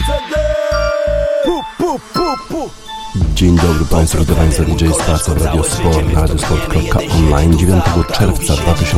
Dzień dobry Państwu, witam Państwa DJ Spaca w Radio Sport na radiosport.online 9 czerwca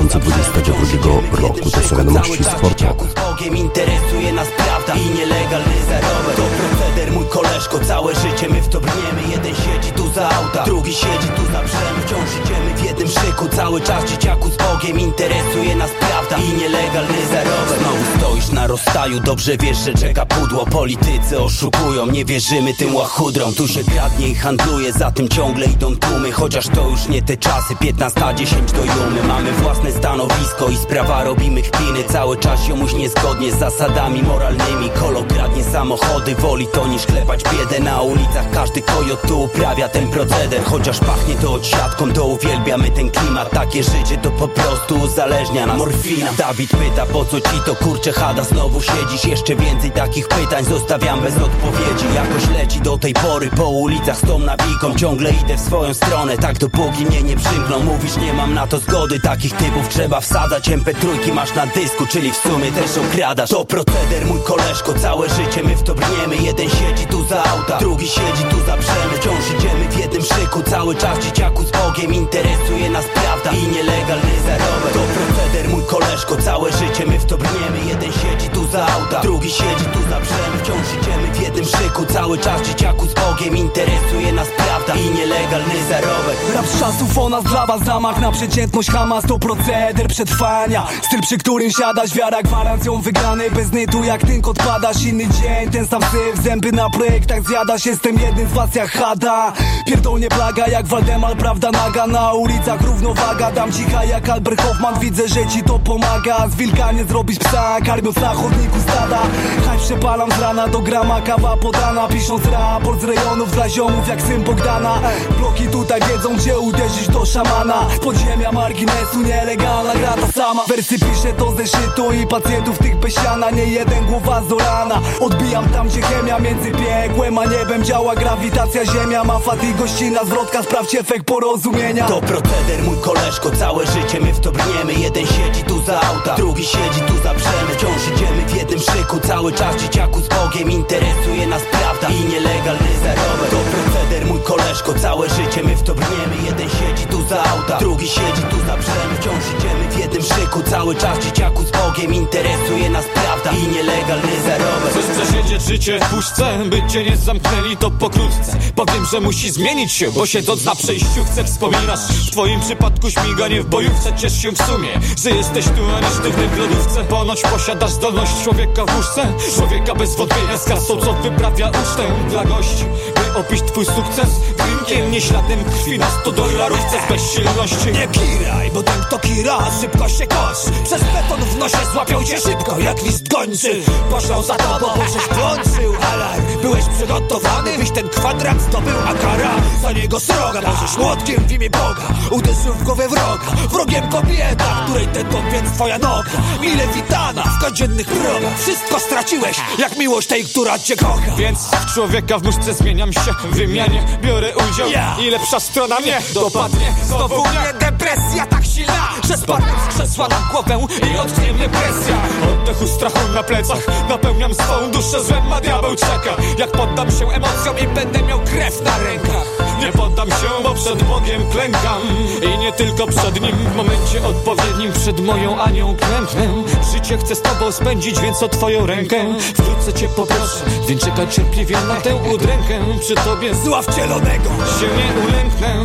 2022 roku. To są wiadomości sportowe. Interesuje nas prawda i nielegalny zarobek. To proceder, mój koleżko, całe życie my w to brniemy. Jeden siedzi tu za auta, drugi siedzi tu za brzem. Wciąż idziemy w jednym szyku, cały czas dzieciaku z Bogiem. Interesuje nas prawda i nielegalny zarobek. Znowu stoisz na rozstaju, dobrze wiesz, że czeka pudło. Politycy oszukują, nie wierzymy tym łachudrom. Tu się kradnie i handluje, za tym ciągle idą tłumy. Chociaż to już nie te czasy, 15-10 do jumy. Mamy własne stanowisko i sprawa robimy kpiny. Cały czas ziomuś niezgodnie z zasadami moralnymi. Kolo kradnie samochody, woli to niż klepać biedę na ulicach. Każdy kojot tu uprawia ten proceder. Chociaż pachnie to odsiadką, to uwielbiamy ten klimat. Takie życie to po prostu uzależnia nas morfina. Dawid pyta, po co ci to kurcze chada? Znowu siedzisz, jeszcze więcej takich pytań zostawiam bez odpowiedzi. Jakoś leci do tej pory po ulicach z tą nawiką. Ciągle idę w swoją stronę, tak dopóki mnie nie przymkną. Mówisz, nie mam na to zgody, takich typów trzeba wsadzać. MP3 masz na dysku, czyli w sumie też okradasz. To proceder, mój koleżko, całe życie my w to brniemy. Jeden siedzi tu za auta, drugi siedzi tu za brzemy. Wciąż idziemy w jednym szyku, cały czas dzieciaku z Bogiem. Interesuje nas prawda i nielegalny zarobek. To proceder, mój koleżko, całe życie my w to brniemy. Jeden siedzi tu za auta, drugi siedzi tu za brzemy. Wciąż idziemy w jednym szyku, cały czas dzieciaku z Bogiem. Interesuje nas prawda i nielegalny zarobek. Rap z czasów o nas dla was, zamach na przeciętność Hamas to proceder przetrwania. Styl, przy którym siadasz, wiara gwarancją wygranej. Bez nytu jak tynk odpadasz, inny dzień, ten sam syf. Zęby na projektach zjadasz, jestem jednym z was jak Hada. Pierdolnie plaga jak Waldemar, prawda naga. Na ulicach równowaga, dam cicha jak Albert Hoffman. Widzę, że ci to pomaga. Z wilka nie zrobisz psa, karmiąc na chodniku stada. Haj przepalam z rana do grama, kawa podana. Pisząc raport z rejonów dla ziomów jak syn Bogdana. Bloki tutaj wiedzą, gdzie uderzyć do szamana. Z podziemia marginesu, nielegalna gra ta sama. Wersy piszę to zeszytu i pacjentów tych bez siana. Nie jeden głowa Zorana. Odbijam tam, gdzie chemia między piekłem a niebem działa grawitacja ziemia. Ma fat i gościna zwrotka, sprawdź efekt porozumienia. To proceder, mój koleżko, całe życie my w to brniemy. Jeden siedzi tu za auta, drugi siedzi tu za brzemy. Wciąż idziemy w jednym szyku, cały czas dzieciaku z Bogiem. Interesuje nas prawda i nielegalny zarobek. To proceder, mój koleżko, całe życie my w to brniemy. Jeden siedzi tu za auta, drugi siedzi tu za brzemy. Wciąż idziemy w jednym szyku, cały czas dzieciaku z Bogiem. Interesuje nas prawda i nielegalny zarobek. Chcesz przesiedzieć życie w puszce, by cię nie zamknęli to pokrótce. Powiem, że musi zmienić się, bo siedząc na przejściówce wspominasz w twoim przypadku śmiganie w bojówce. Ciesz się w sumie, że jesteś tu, a nie sztywny w lodówce. Ponoć posiadasz zdolność człowieka w łóżce, człowieka bez wątpienia z kasą, co wyprawia ucztę dla gości. By opić twój sukces drinkiem, nie śladem krwi na $100 z bezsilności. Nie kiraj, bo ten kto kira, szybko się kosz. Przez beton w nosie złapią cię szybko jak list gończy. Poszlą za tobą, bo żeś włączył alarm. Byłeś przygotowany, byś ten kwadrat zdobył, a kara za niego sroga. Możesz młotkiem w imię Boga uderzył w głowę wroga. Wrogiem kobieta, której tętą więc twoja noga. Mile witana w codziennych progach. Wszystko straciłeś, jak miłość tej, która cię kocha. Więc w człowieka w muszce zmieniam się, w wymianie biorę udział i lepsza strona mnie dopadnie. Znowu mnie depresja tak silna, że spadnę z krzesła na głowę i odknie mnie presja. Oddechu strachu na plecach napełniam swą duszę złem, a diabeł czeka. Jak poddam się emocjom i będę miał krew na rękach. Nie poddam się, bo przed Bogiem klękam. I nie tylko przed Nim, w momencie odpowiednim przed moją Anią klęknę. Życie chcę z tobą spędzić, więc o twoją rękę wkrótce cię poproszę, więc czekaj cierpliwie na tę udrękę. Przy tobie zła wcielonego się nie ulęknę,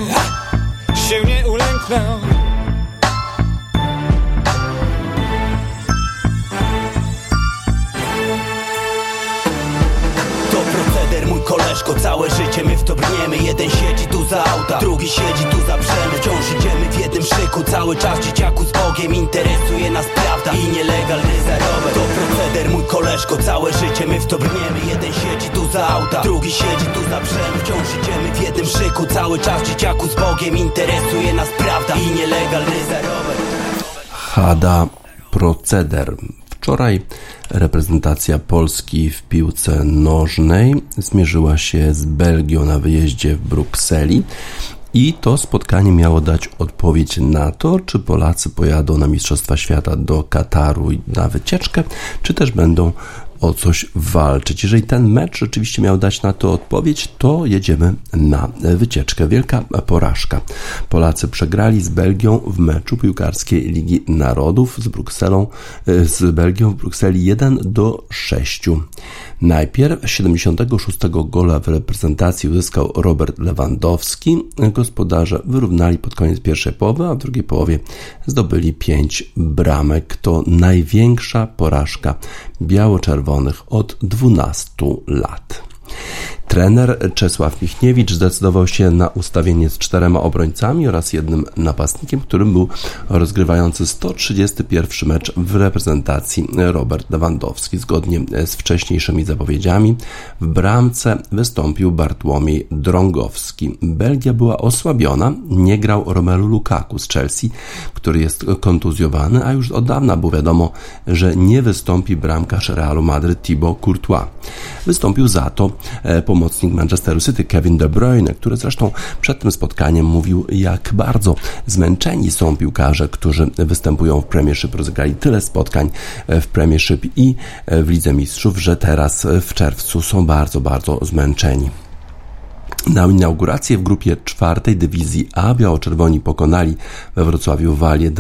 się nie ulęknę. Mój koleżko, całe życie my w to brniemy. Jeden siedzi tu za auta, drugi siedzi tu za brzemy. Wciąż idziemy w jednym szyku, cały czas dzieciaku z Bogiem. Interesuje nas prawda i nielegalny zarobek. To proceder, mój koleżko, całe życie my w to brniemy. Jeden siedzi tu za auta, drugi siedzi tu za brzemy. Wciąż idziemy w jednym szyku, cały czas dzieciaku z Bogiem. Interesuje nas prawda i nielegalny zarobek. Hada, proceder. Wczoraj reprezentacja Polski w piłce nożnej zmierzyła się z Belgią na wyjeździe w Brukseli i to spotkanie miało dać odpowiedź na to, czy Polacy pojadą na Mistrzostwa Świata do Kataru na wycieczkę, czy też będą o coś walczyć. Jeżeli ten mecz rzeczywiście miał dać na to odpowiedź, to jedziemy na wycieczkę. Wielka porażka. Polacy przegrali z Belgią w meczu piłkarskiej Ligi Narodów z Belgią w Brukseli 1-6. Najpierw 76 gola w reprezentacji uzyskał Robert Lewandowski. Gospodarze wyrównali pod koniec pierwszej połowy, a w drugiej połowie zdobyli 5 bramek. To największa porażka biało-czerwonych od 12 lat. Trener Czesław Michniewicz zdecydował się na ustawienie z 4 obrońcami oraz jednym napastnikiem, którym był rozgrywający 131 mecz w reprezentacji Robert Lewandowski. Zgodnie z wcześniejszymi zapowiedziami w bramce wystąpił Bartłomiej Drągowski. Belgia była osłabiona, nie grał Romelu Lukaku z Chelsea, który jest kontuzjowany, a już od dawna było wiadomo, że nie wystąpi bramkarz Realu Madryt Thibaut Courtois. Wystąpił za to pomocnik Manchesteru City Kevin De Bruyne, który zresztą przed tym spotkaniem mówił, jak bardzo zmęczeni są piłkarze, którzy występują w Premiership, rozegrali tyle spotkań w Premiership i w Lidze Mistrzów, że teraz w czerwcu są bardzo, bardzo zmęczeni. Na inaugurację w grupie 4 dywizji A biało-czerwoni pokonali we Wrocławiu Walię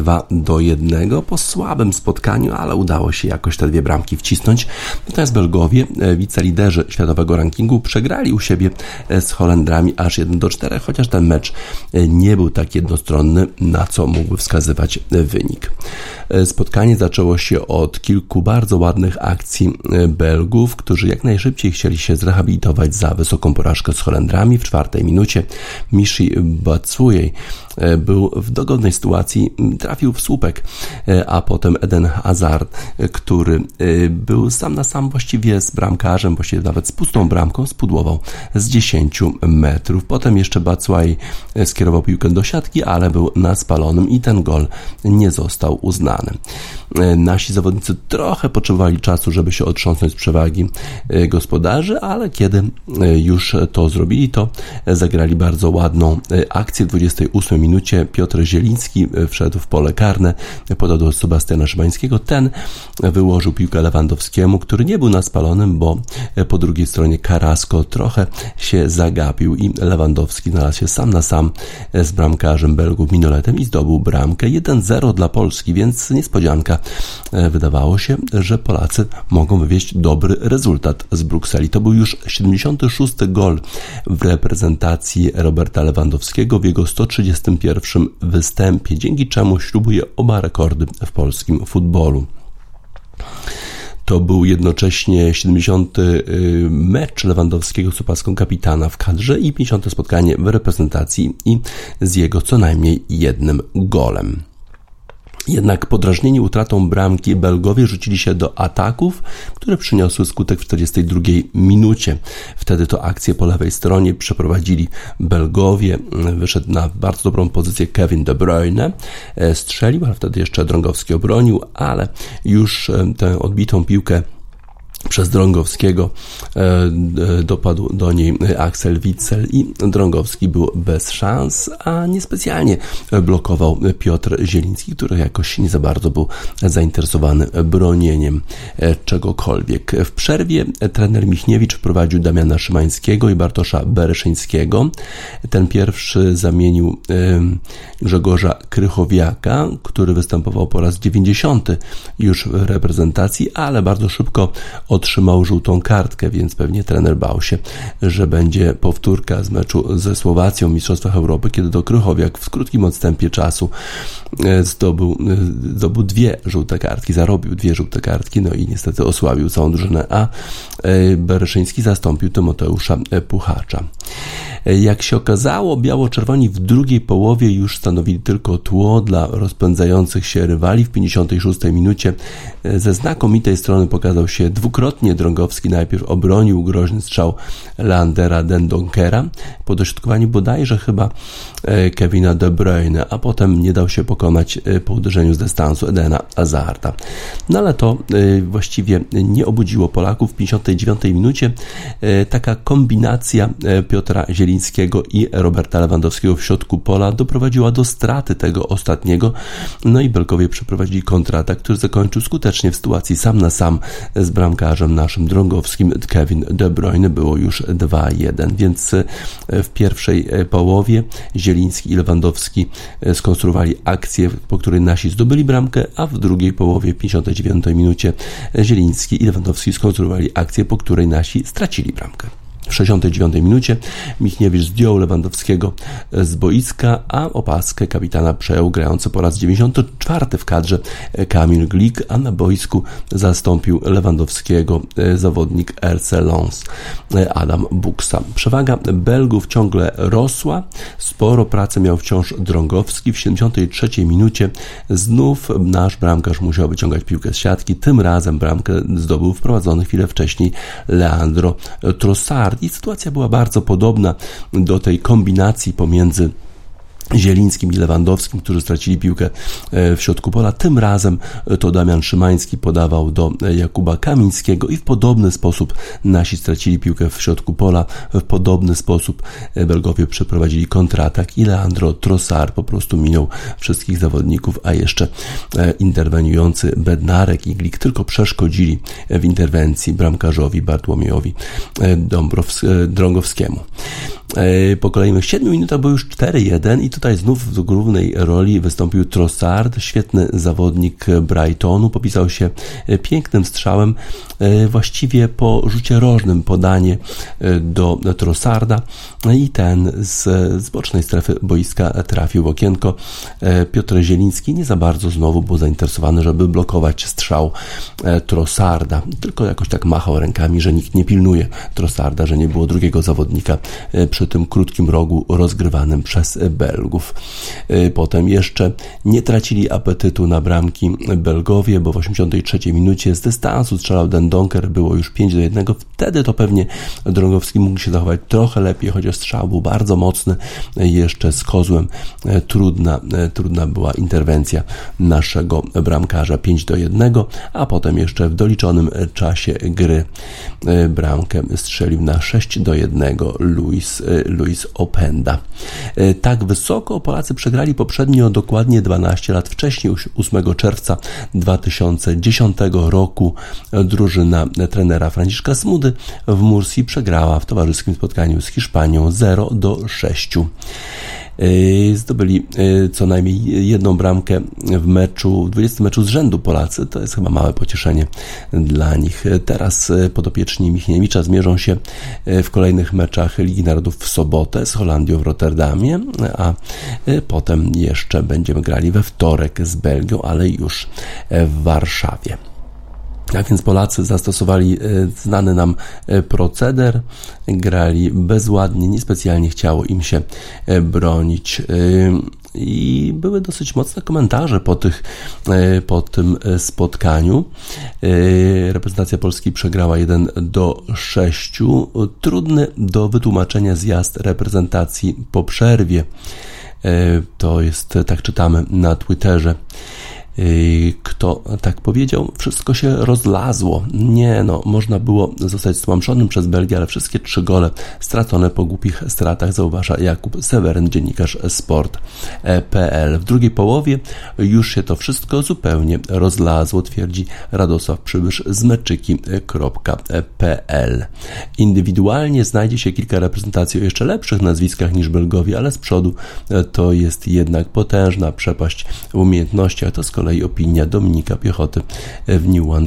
2-1 po słabym spotkaniu, ale udało się jakoś te 2 bramki wcisnąć. Natomiast Belgowie, wiceliderzy światowego rankingu, przegrali u siebie z Holendrami aż 1-4, chociaż ten mecz nie był tak jednostronny, na co mógłby wskazywać wynik. Spotkanie zaczęło się od kilku bardzo ładnych akcji Belgów, którzy jak najszybciej chcieli się zrehabilitować za wysoką porażkę z Holendrami. W 4 minucie Michy Batshuayi był w dogodnej sytuacji, trafił w słupek, a potem Eden Hazard, który był sam na sam właściwie z bramkarzem, właściwie nawet z pustą bramką, spudłował z 10 metrów. Potem jeszcze Batshuayi skierował piłkę do siatki, ale był na spalonym i ten gol nie został uznany. Nasi zawodnicy trochę potrzebowali czasu, żeby się otrząsnąć z przewagi gospodarzy, ale kiedy już to zrobili, to zagrali bardzo ładną akcję. W 28 minucie Piotr Zieliński wszedł w pole karne, podał do Sebastiana Szymańskiego. Ten wyłożył piłkę Lewandowskiemu, który nie był na spalonym, bo po drugiej stronie Carrasco trochę się zagapił i Lewandowski znalazł się sam na sam z bramkarzem Belgów Minoletem i zdobył bramkę. 1-0 dla Polski, więc niespodzianka. Wydawało się, że Polacy mogą wywieźć dobry rezultat z Brukseli. To był już 76. gol w reprezentacji Roberta Lewandowskiego w jego 131. występie, dzięki czemu ślubuje oba rekordy w polskim futbolu. To był jednocześnie 70. mecz Lewandowskiego z opaską kapitana w kadrze i 50. spotkanie w reprezentacji i z jego co najmniej jednym golem. Jednak podrażnieni utratą bramki Belgowie rzucili się do ataków, które przyniosły skutek w 42 minucie. Wtedy to akcję po lewej stronie przeprowadzili Belgowie. Wyszedł na bardzo dobrą pozycję Kevin De Bruyne. Strzelił, ale wtedy jeszcze Drągowski obronił, ale już tę odbitą piłkę przez Drągowskiego dopadł do niej Axel Witsel i Drągowski był bez szans, a niespecjalnie blokował Piotr Zieliński, który jakoś nie za bardzo był zainteresowany bronieniem czegokolwiek. W przerwie trener Michniewicz wprowadził Damiana Szymańskiego i Bartosza Bereszyńskiego. Ten pierwszy zamienił Grzegorza Krychowiaka, który występował po raz 90 już w reprezentacji, ale bardzo szybko otrzymał żółtą kartkę, więc pewnie trener bał się, że będzie powtórka z meczu ze Słowacją w Mistrzostwach Europy, kiedy to Krychowiak w krótkim odstępie czasu zdobył 2 żółte kartki, zarobił 2 żółte kartki, no i niestety osłabił całą drużynę, a Bereszyński zastąpił Tymoteusza Puchacza. Jak się okazało, biało-czerwoni w drugiej połowie już stanowili tylko tło dla rozpędzających się rywali. W 56 minucie ze znakomitej strony pokazał się dwukrotnie Drągowski. Najpierw obronił groźny strzał Leandera Dendonkera po dośrodkowaniu bodajże chyba Kevina De Bruyne, a potem nie dał się pokonać pokonać po uderzeniu z dystansu Edena Hazarda. No ale to właściwie nie obudziło Polaków. W 59 minucie taka kombinacja Piotra Zielińskiego i Roberta Lewandowskiego w środku pola doprowadziła do straty tego ostatniego. No i Belgowie przeprowadzili kontratak, który zakończył skutecznie w sytuacji sam na sam z bramkarzem naszym drągowskim Kevin De Bruyne. Było już 2-1, więc w pierwszej połowie Zieliński i Lewandowski skonstruowali akcję, po której nasi zdobyli bramkę, a w drugiej połowie, w 59 minucie, Zieliński i Lewandowski skonstruowali akcję, po której nasi stracili bramkę. W 69 minucie Michniewicz zdjął Lewandowskiego z boiska, a opaskę kapitana przejął grający po raz 94 w kadrze Kamil Glik, a na boisku zastąpił Lewandowskiego zawodnik RC Lens Adam Buksa. Przewaga Belgów ciągle rosła, sporo pracy miał wciąż Drągowski. W 73 minucie znów nasz bramkarz musiał wyciągać piłkę z siatki, tym razem bramkę zdobył wprowadzony chwilę wcześniej Leandro Trossard. I sytuacja była bardzo podobna do tej kombinacji pomiędzy Zielińskim i Lewandowskim, którzy stracili piłkę w środku pola. Tym razem to Damian Szymański podawał do Jakuba Kamińskiego i w podobny sposób nasi stracili piłkę w środku pola. W podobny sposób Belgowie przeprowadzili kontratak i Leandro Trossard po prostu minął wszystkich zawodników, a jeszcze interweniujący Bednarek i Glik tylko przeszkodzili w interwencji bramkarzowi Bartłomiejowi Drągowskiemu. Po kolejnych 7 minutach było już 4-1 i tutaj znów w głównej roli wystąpił Trossard, świetny zawodnik Brightonu, popisał się pięknym strzałem, właściwie po rzucie rożnym podanie do Trossarda i ten z bocznej strefy boiska trafił w okienko. Piotr Zieliński nie za bardzo znowu był zainteresowany, żeby blokować strzał Trossarda, tylko jakoś tak machał rękami, że nikt nie pilnuje Trossarda, że nie było drugiego zawodnika przy tym krótkim rogu rozgrywanym przez Belgów. Potem jeszcze nie tracili apetytu na bramki Belgowie, bo w 83 minucie z dystansu strzelał Dendonker, było już 5-1. Wtedy to pewnie Drągowski mógł się zachować trochę lepiej, chociaż strzał był bardzo mocny. Jeszcze z kozłem trudna była interwencja naszego bramkarza 5-1, a potem jeszcze w doliczonym czasie gry bramkę strzelił na 6-1 Luis Openda. Tak wysoko Polacy przegrali poprzednio dokładnie 12 lat wcześniej, 8 czerwca 2010 roku drużyna trenera Franciszka Smudy w Mursji przegrała w towarzyskim spotkaniu z Hiszpanią 0-6. Zdobyli co najmniej jedną bramkę w 20 meczu z rzędu Polacy. To jest chyba małe pocieszenie dla nich. Teraz podopieczni Michniewicza zmierzą się w kolejnych meczach Ligi Narodów w sobotę z Holandią w Rotterdamie, a potem jeszcze będziemy grali we wtorek z Belgią, ale już w Warszawie. A więc Polacy zastosowali znany nam proceder, grali bezładnie, niespecjalnie chciało im się bronić i były dosyć mocne komentarze po tym spotkaniu. Reprezentacja Polski przegrała 1-6. Trudny do wytłumaczenia zjazd reprezentacji po przerwie. To jest, tak czytamy na Twitterze. Kto tak powiedział? Wszystko się rozlazło. Można było zostać stłamszonym przez Belgię, ale wszystkie 3 gole stracone po głupich stratach, zauważa Jakub Seweryn, dziennikarz sport.pl. W drugiej połowie już się to wszystko zupełnie rozlazło, twierdzi Radosław Przybysz z meczyki.pl. Indywidualnie znajdzie się kilka reprezentacji o jeszcze lepszych nazwiskach niż Belgowie, ale z przodu to jest jednak potężna przepaść w umiejętnościach. To z kolei opinia Dominika Piechoty w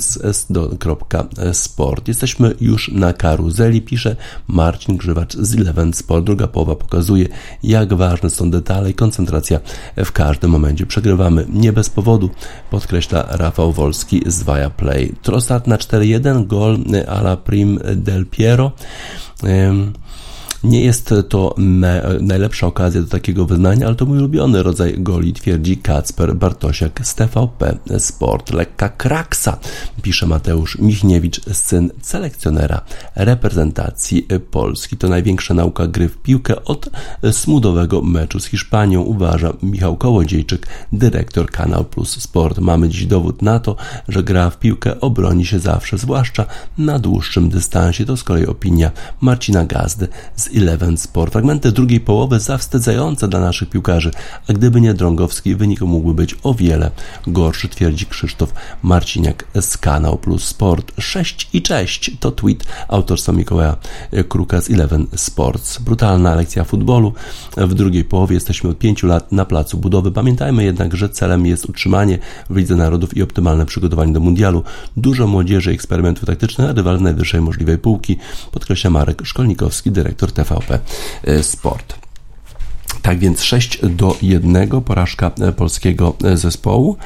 nuance.sport. Jesteśmy już na karuzeli, pisze Marcin Grzywacz z Eleven Sport. Druga połowa pokazuje, jak ważne są detale i koncentracja w każdym momencie. Przegrywamy nie bez powodu, podkreśla Rafał Wolski z Viaplay. Trossard na 4-1, gol a la Prim del Piero. Nie jest to najlepsza okazja do takiego wyznania, ale to mój ulubiony rodzaj goli, twierdzi Kacper Bartosiak z TVP Sport. Lekka kraksa, pisze Mateusz Michniewicz, syn selekcjonera reprezentacji Polski. To największa nauka gry w piłkę od smudowego meczu z Hiszpanią, uważa Michał Kołodziejczyk, dyrektor Kanał Plus Sport. Mamy dziś dowód na to, że gra w piłkę obroni się zawsze, zwłaszcza na dłuższym dystansie. To z kolei opinia Marcina Gazdy z Eleven Sport. Fragmenty drugiej połowy zawstydzające dla naszych piłkarzy, a gdyby nie Drągowski, wynik mógłby być o wiele gorszy, twierdzi Krzysztof Marciniak z Kanał Plus Sport. 6 i cześć to tweet autorstwa Mikołaja Kruka z Eleven Sports. Brutalna lekcja futbolu. W drugiej połowie jesteśmy od 5 lat na placu budowy. Pamiętajmy jednak, że celem jest utrzymanie w Lidze Narodów i optymalne przygotowanie do mundialu. Dużo młodzieży i eksperymentów taktycznych, a rywal najwyższej możliwej półki, podkreśla Marek Szkolnikowski, dyrektor TVP Sport. Tak więc 6-1 porażka polskiego zespołu.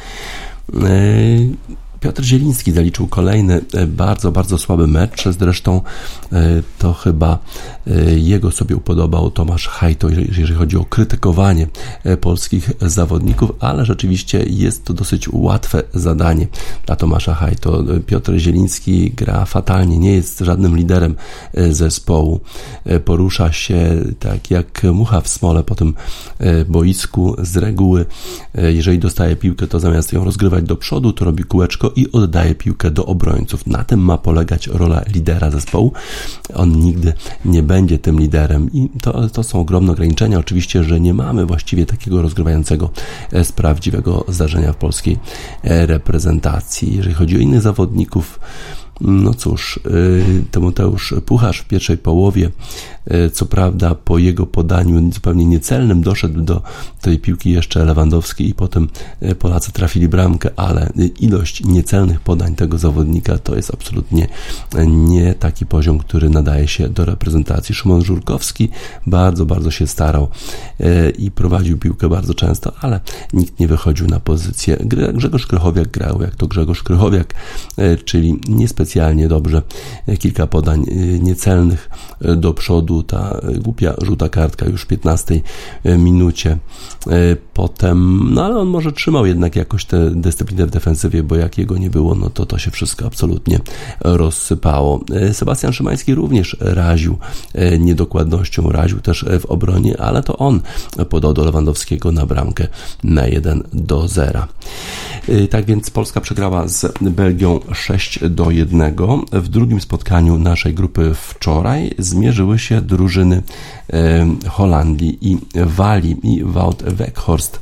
Piotr Zieliński zaliczył kolejny bardzo, bardzo słaby mecz. Zresztą to chyba jego sobie upodobał Tomasz Hajto, jeżeli chodzi o krytykowanie polskich zawodników, ale rzeczywiście jest to dosyć łatwe zadanie dla Tomasza Hajto. Piotr Zieliński gra fatalnie, nie jest żadnym liderem zespołu. Porusza się tak jak mucha w smole po tym boisku. Z reguły, jeżeli dostaje piłkę, to zamiast ją rozgrywać do przodu, to robi kółeczko i oddaje piłkę do obrońców. Na tym ma polegać rola lidera zespołu. On nigdy nie będzie tym liderem i to są ogromne ograniczenia. Oczywiście, że nie mamy właściwie takiego rozgrywającego z prawdziwego zdarzenia w polskiej reprezentacji. Jeżeli chodzi o innych zawodników, no cóż, Tymoteusz Pucharz w pierwszej połowie, co prawda po jego podaniu zupełnie niecelnym doszedł do tej piłki jeszcze Lewandowski i potem Polacy trafili bramkę, ale ilość niecelnych podań tego zawodnika to jest absolutnie nie taki poziom, który nadaje się do reprezentacji. Szymon Żurkowski bardzo, bardzo się starał i prowadził piłkę bardzo często, ale nikt nie wychodził na pozycję. Grzegorz Krychowiak grał jak to Grzegorz Krychowiak, czyli niespecjalnie dobrze. Kilka podań niecelnych do przodu, ta głupia żółta kartka już w 15 minucie. Potem, no ale on może trzymał jednak jakoś tę dyscyplinę w defensywie, bo jak jego nie było, no to się wszystko absolutnie rozsypało. Sebastian Szymański również raził niedokładnością, raził też w obronie, ale to on podał do Lewandowskiego na bramkę na 1-0. Tak więc Polska przegrała z Belgią 6-1. W drugim spotkaniu naszej grupy wczoraj zmierzyły się drużyny Holandii i Walii i Wout Weghorst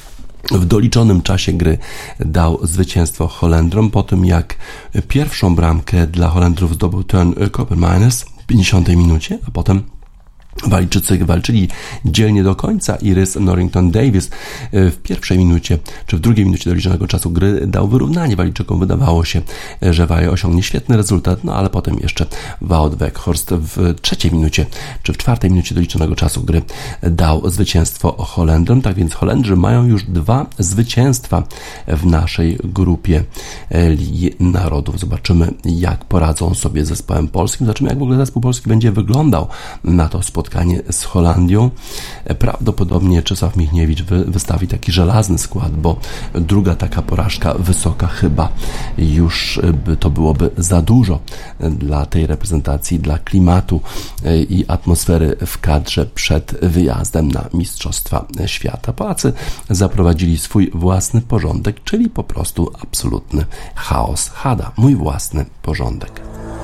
w doliczonym czasie gry dał zwycięstwo Holendrom po tym, jak pierwszą bramkę dla Holendrów zdobył Teun Koopmeiners w 50 minucie, a potem Walijczycy walczyli dzielnie do końca i Rhys Norrington-Davies w pierwszej minucie, czy w drugiej minucie doliczonego czasu gry dał wyrównanie Walijczykom. Wydawało się, że Walia osiągnie świetny rezultat, no ale potem jeszcze Wout Weghorst w trzeciej minucie, czy w czwartej minucie doliczonego czasu gry dał zwycięstwo Holendrom. Tak więc Holendrzy mają już 2 zwycięstwa w naszej grupie Ligi Narodów. Zobaczymy, jak poradzą sobie z zespołem polskim. Zobaczymy, jak w ogóle zespół polski będzie wyglądał na to spotkanie z Holandią. Prawdopodobnie Czesław Michniewicz wystawi taki żelazny skład, bo druga taka porażka wysoka chyba już to byłoby za dużo dla tej reprezentacji, dla klimatu i atmosfery w kadrze przed wyjazdem na Mistrzostwa Świata. Polacy zaprowadzili swój własny porządek, czyli po prostu absolutny chaos. Hada, mój własny porządek.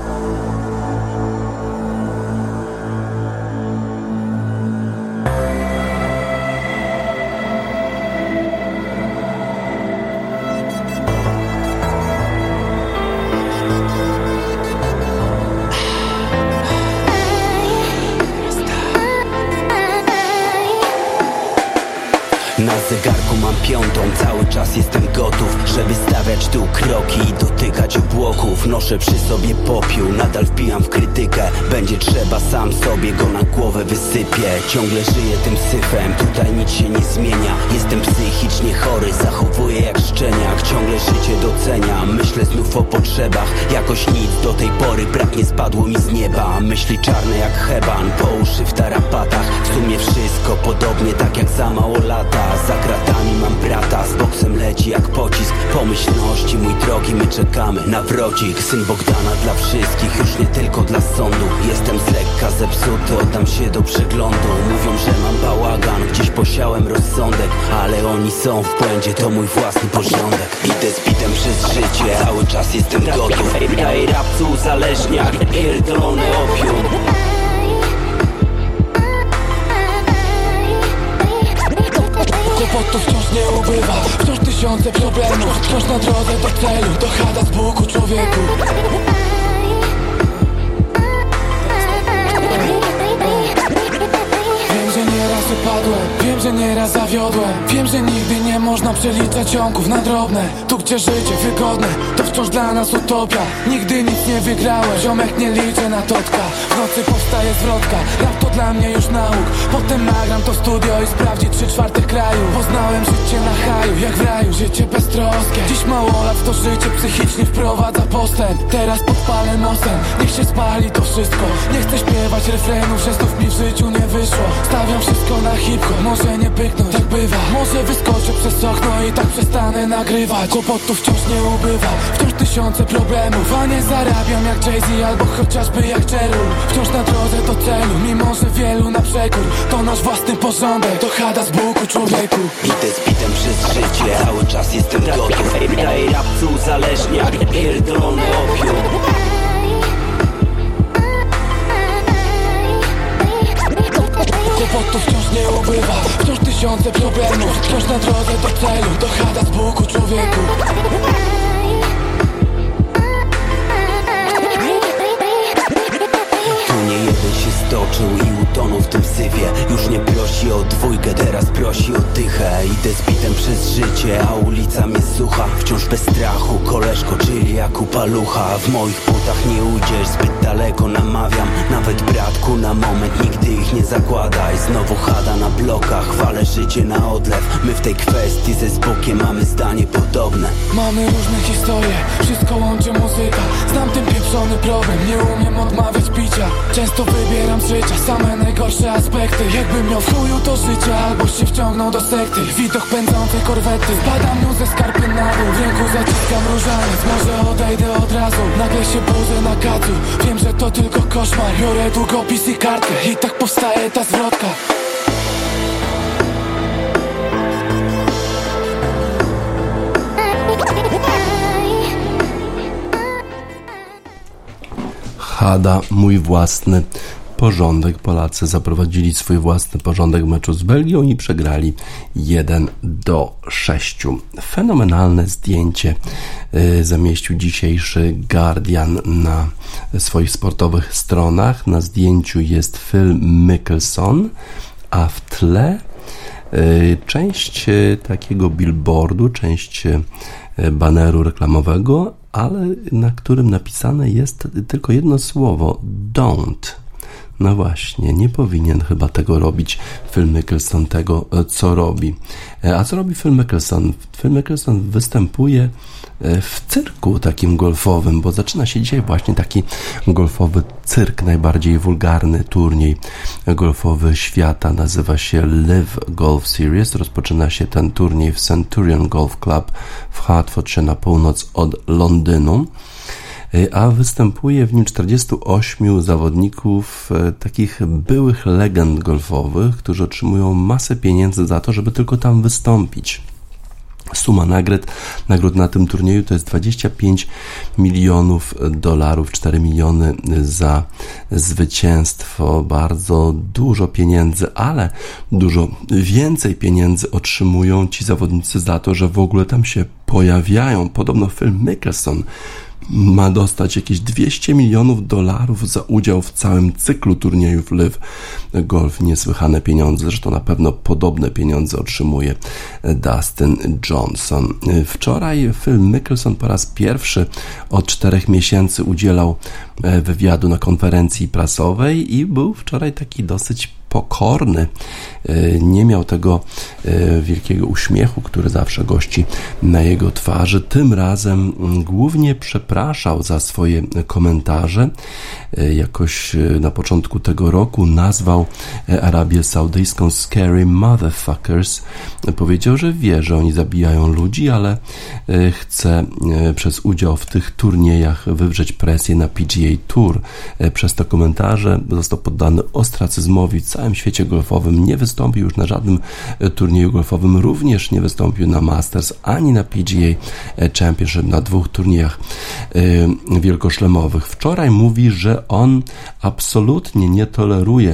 Na zegarku mam 5, cały czas jestem gotów, żeby stawiać tu kroki i dotykać obłoków. Noszę przy sobie popiół, nadal wpijam w krytykę. Będzie trzeba, sam sobie go na głowę wysypię. Ciągle żyję tym syfem, tutaj nic się nie zmienia. Jestem psychicznie chory, zachowuję jak szczeniak. ciągle życie doceniam. Myślę znów o potrzebach, jakoś nic do tej pory brak nie spadło mi z nieba. Myśli czarne jak heban, po uszy w tarapatach. W sumie wszystko podobnie, tak jak za mało lata. Za kratami mam brata, z boksem leci jak pocisk. Pomyślności, mój drogi, my czekamy na wrodzik. Syn Bogdana dla wszystkich, już nie tylko dla sądu. Jestem z lekka zepsuty, oddam się do przeglądu. Mówią, że mam bałagan, gdzieś posiałem rozsądek, ale oni są w błędzie, to mój własny porządek. Idę z bitem przez życie, cały czas jestem gotów. Ej, rapcu uzależniak, pierdolony opium. Kłopotów wciąż nie ubywa, wciąż tysiące problemów, wciąż na drodze do celu, do chata z Buku człowieku. Wiem, że nieraz upadłem, wiem, że nieraz zawiodłem. Wiem, że nigdy nie można przeliczać ciągów na drobne. Tu gdzie życie wygodne, to wciąż dla nas utopia. Nigdy nic nie wygrałem, ziomek nie liczę na totka. W nocy powstaje zwrotka, rap to dla mnie już nauk. Potem nagram to studio i sprawdzi 3/4 kraju. Poznałem życie na haju, jak w raju, życie beztroskie. Dziś małolat to życie psychicznie wprowadza postęp. Teraz podpalę mostem, niech się spali to wszystko. Nie chcę śpiewać refrenów, że znów mi w życiu nie wyszło. Stawiam wszystko na hip-hop, może nie pyknąć, tak bywa. Może wyskoczę przez okno i tak przestanę nagrywać. Kłopotów wciąż nie ubywa, wciąż tysiące problemów. A nie zarabiam jak Jay-Z albo chociażby jak Cheryl. Wciąż na drodze do celu, mimo że wielu na przekór. To nasz własny porządek, to chata z Buku człowieku. Idę z bitem przez życie, cały czas jestem gotów. Ej, rapcu uzależniak, pierdolony opium. Kłopotów wciąż nie ubywa, wciąż tysiące problemów. Wciąż na drodze do celu, do chata z Buku człowieku. Nie jeden się stoczył i utonął w tym syfie. Już nie prosi o dwójkę, teraz prosi o dychę. Idę z bitem przez życie, a ulica mnie słucha. Wciąż bez strachu, koleżko, czyli jak u palucha. W moich butach nie ujdziesz, zbyt daleko namawiam. Nawet bratku, na moment nigdy ich nie zakładaj. Znowu chata na blokach, walę życie na odlew. My w tej kwestii ze Zbukiem mamy zdanie podobne. Mamy różne historie, wszystko łączy muzyka. Znam ten pieprzony problem, nie umiem odmawiać picia. Często wybieram z życia same najgorsze aspekty. Jakbym miał w chuju to życie, albo się wciągnął do sekty. Widok pędzącej korwety, spadam mu ze skarpy na dół. W ręku zaciskam różaniec, może odejdę od razu. Nagle się budzę na kacu, wiem, że to tylko koszmar. Biorę długopis i kartkę i tak powstaje ta zwrotka. Hada, mój własny porządek. Polacy zaprowadzili swój własny porządek w meczu z Belgią i przegrali 1-6. Fenomenalne zdjęcie zamieścił dzisiejszy Guardian na swoich sportowych stronach. Na zdjęciu jest Phil Mickelson, a w tle część takiego billboardu, część baneru reklamowego, ale na którym napisane jest tylko jedno słowo: don't. No właśnie, nie powinien chyba tego robić Phil Mickelson, tego co robi. A co robi Phil Mickelson? Phil Mickelson występuje w cyrku takim golfowym, bo zaczyna się dzisiaj właśnie taki golfowy cyrk, najbardziej wulgarny turniej golfowy świata. Nazywa się Live Golf Series. Rozpoczyna się ten turniej w Centurion Golf Club w Hertfordshire na północ od Londynu. A występuje w nim 48 zawodników, takich byłych legend golfowych, którzy otrzymują masę pieniędzy za to, żeby tylko tam wystąpić. Suma nagród na tym turnieju to jest $25 milionów, 4 miliony za zwycięstwo. Bardzo dużo pieniędzy, ale dużo więcej pieniędzy otrzymują ci zawodnicy za to, że w ogóle tam się pojawiają. Podobno Phil Mickelson ma dostać jakieś $200 milionów za udział w całym cyklu turniejów Live Golf. Niesłychane pieniądze, zresztą na pewno podobne pieniądze otrzymuje Dustin Johnson. Wczoraj Phil Mickelson po raz pierwszy od 4 miesięcy udzielał wywiadu na konferencji prasowej i był wczoraj taki dosyć pokorny. Nie miał tego wielkiego uśmiechu, który zawsze gości na jego twarzy. Tym razem głównie przepraszał za swoje komentarze. Jakoś na początku tego roku nazwał Arabię Saudyjską scary motherfuckers. Powiedział, że wie, że oni zabijają ludzi, ale chce przez udział w tych turniejach wywrzeć presję na PGA Tour. Przez te komentarze został poddany ostracyzmowi w całym świecie golfowym. Nie wystąpił już na żadnym turnieju golfowym, również nie wystąpił na Masters ani na PGA Championship, na 2 turniejach wielkoszlemowych. Wczoraj mówi, że on absolutnie nie toleruje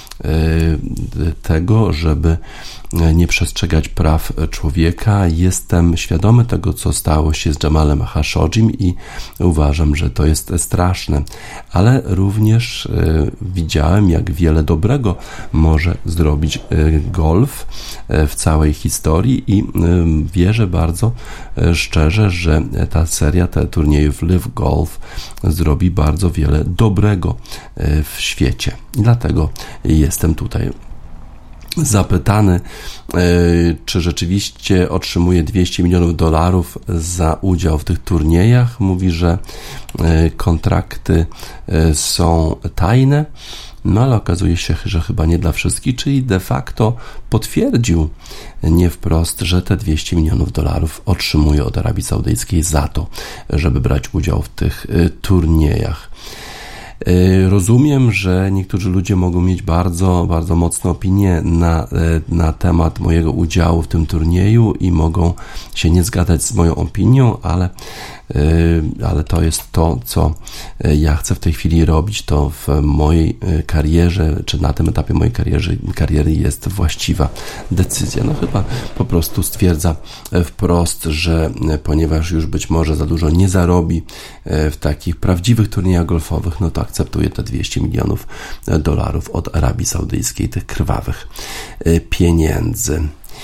tego, żeby nie przestrzegać praw człowieka. Jestem świadomy tego, co stało się z Jamalem Khashoggim i uważam, że to jest straszne, ale również widziałem, jak wiele dobrego może zrobić golf w całej historii i wierzę bardzo szczerze, że ta seria, te turniejów Live Golf zrobi bardzo wiele dobrego w świecie. I dlatego jestem tutaj. Zapytany, czy rzeczywiście otrzymuje $200 milionów za udział w tych turniejach, mówi, że kontrakty są tajne, no ale okazuje się, że chyba nie dla wszystkich, czyli de facto potwierdził nie wprost, że te $200 milionów otrzymuje od Arabii Saudyjskiej za to, żeby brać udział w tych turniejach. Rozumiem, że niektórzy ludzie mogą mieć bardzo, bardzo mocne opinie na temat mojego udziału w tym turnieju i mogą się nie zgadzać z moją opinią, ale to jest to, co ja chcę w tej chwili robić. To w mojej karierze, czy na tym etapie mojej kariery jest właściwa decyzja. No chyba po prostu stwierdza wprost, że ponieważ już być może za dużo nie zarobi w takich prawdziwych turniejach golfowych, no to akceptuje te $200 milionów od Arabii Saudyjskiej, tych krwawych pieniędzy.